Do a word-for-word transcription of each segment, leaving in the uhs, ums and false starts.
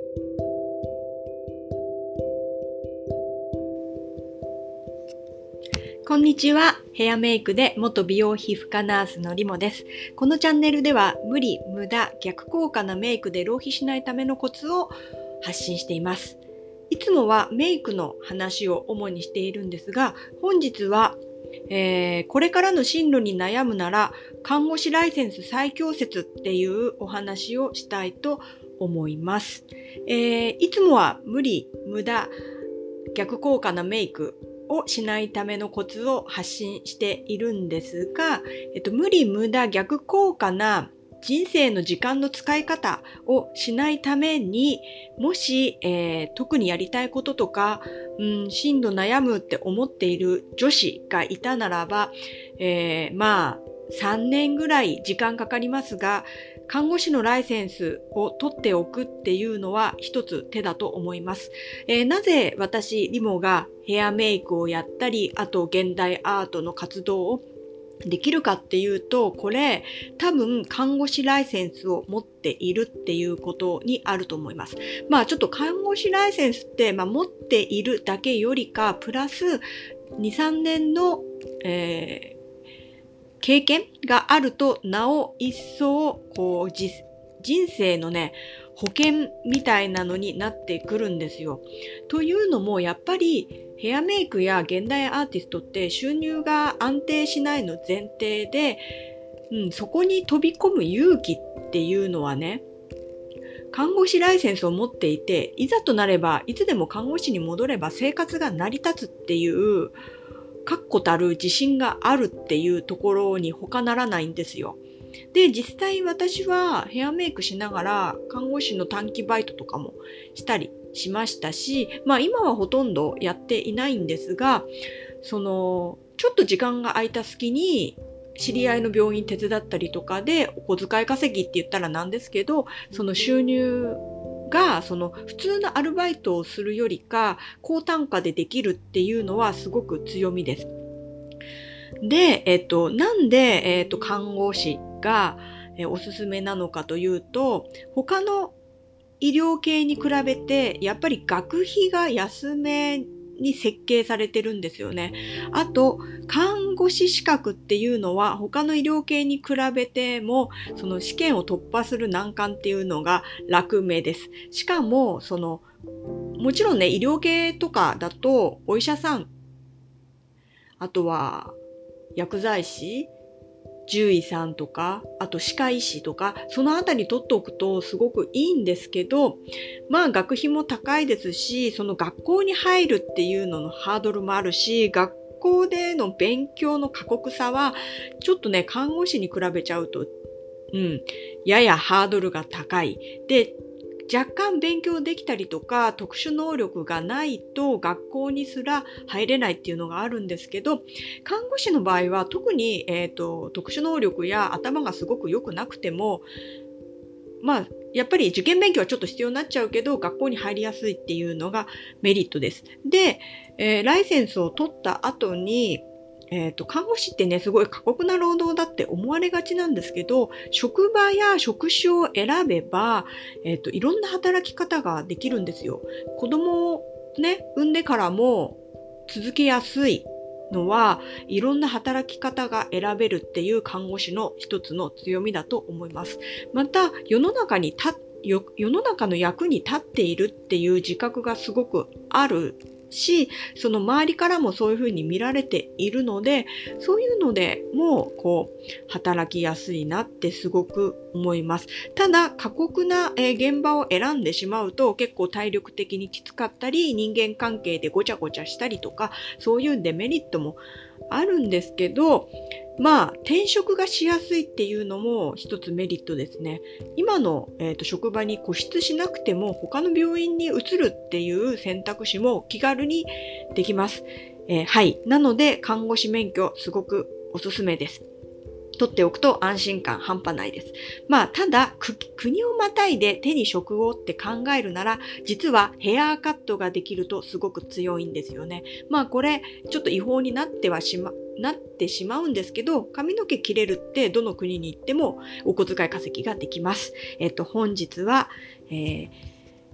こんにちは。ヘアメイクで元美容皮膚科ナースのリモです。このチャンネルでは無理、無駄、逆効果なメイクで浪費しないためのコツを発信しています。いつもはメイクの話を主にしているんですが、本日は、えー、これからの進路に悩むなら看護師ライセンス再強説っていうお話をしたいと思います。えー、いつもは無理、無駄、逆効果なメイクをしないためのコツを発信しているんですが、えっと、無理無駄逆効果な人生の時間の使い方をしないために、もし、えー、特にやりたいこととか、うん、進路悩むって思っている女子がいたならば、えー、まあさんねんぐらい時間かかりますが、看護師のライセンスを取っておくっていうのは一つ手だと思います。えー、なぜ私、リモがヘアメイクをやったり、あと現代アートの活動をできるかっていうと、これ多分看護師ライセンスを持っているっていうことにあると思います。まあちょっと看護師ライセンスって、まあ、持っているだけよりか、プラスに、さんねんの、えー経験があると、なお一層、こう、人生のね、保険みたいなのになってくるんですよ。というのも、やっぱりヘアメイクや現代アーティストって収入が安定しないの前提で、うん、そこに飛び込む勇気っていうのはね、看護師ライセンスを持っていて、いざとなれば、いつでも看護師に戻れば生活が成り立つっていう、確固たる自信があるっていうところに他ならないんですよ。で、実際私はヘアメイクしながら看護師の短期バイトとかもしたりしましたし、まあ今はほとんどやっていないんですが、その、ちょっと時間が空いた隙に知り合いの病院手伝ったりとかでお小遣い稼ぎって言ったらなんですけど、その収入がその普通のアルバイトをするよりか高単価でできるっていうのはすごく強みです。で、えっと、なんで、えっと、看護師がえおすすめなのかというと、他の医療系に比べてやっぱり学費が安めに設計されてるんですよね。あと、看護師資格っていうのは他の医療系に比べても、その試験を突破する難関っていうのが楽めです。しかも、その、もちろんね、医療系とかだと、お医者さん、あとは薬剤師、獣医さんとか、あと歯科医師とか、そのあたり取っておくとすごくいいんですけど、まあ学費も高いですし、その学校に入るっていうののハードルもあるし、学校での勉強の過酷さは、ちょっとね、看護師に比べちゃうと、うん、ややハードルが高い。で、若干勉強できたりとか特殊能力がないと学校にすら入れないっていうのがあるんですけど、看護師の場合は特に、えーと、特殊能力や頭がすごく良くなくても、まあやっぱり受験勉強はちょっと必要になっちゃうけど学校に入りやすいっていうのがメリットです。で、えー、ライセンスを取った後にえっと、看護師ってね、すごい過酷な労働だって思われがちなんですけど、職場や職種を選べば、えっと、いろんな働き方ができるんですよ。子供をね、産んでからも続けやすいのは、いろんな働き方が選べるっていう看護師の一つの強みだと思います。また、世の中にた世の中の役に立っているっていう自覚がすごくあるし、その周りからもそういうふうに見られているので、そういうのでもうこう働きやすいなってすごく思います。ただ過酷な、えー、現場を選んでしまうと結構体力的にきつかったり、人間関係でごちゃごちゃしたりとか、そういうデメリットもあるんですけど、まあ転職がしやすいっていうのも一つメリットですね。今の、えーと、職場に固執しなくても他の病院に移るっていう選択肢も気軽にできます。えー、はい。なので看護師免許すごくおすすめです。取っておくと安心感半端ないです。まあ、ただ、国をまたいで手に職をって考えるなら、実はヘアカットができるとすごく強いんですよね。まあ、これ、ちょっと違法になってはしま、なってしまうんですけど、髪の毛切れるってどの国に行ってもお小遣い稼ぎができます。えっと、本日は、えー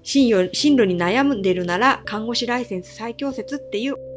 進路、進路に悩んでるなら看護師ライセンス再強説っていう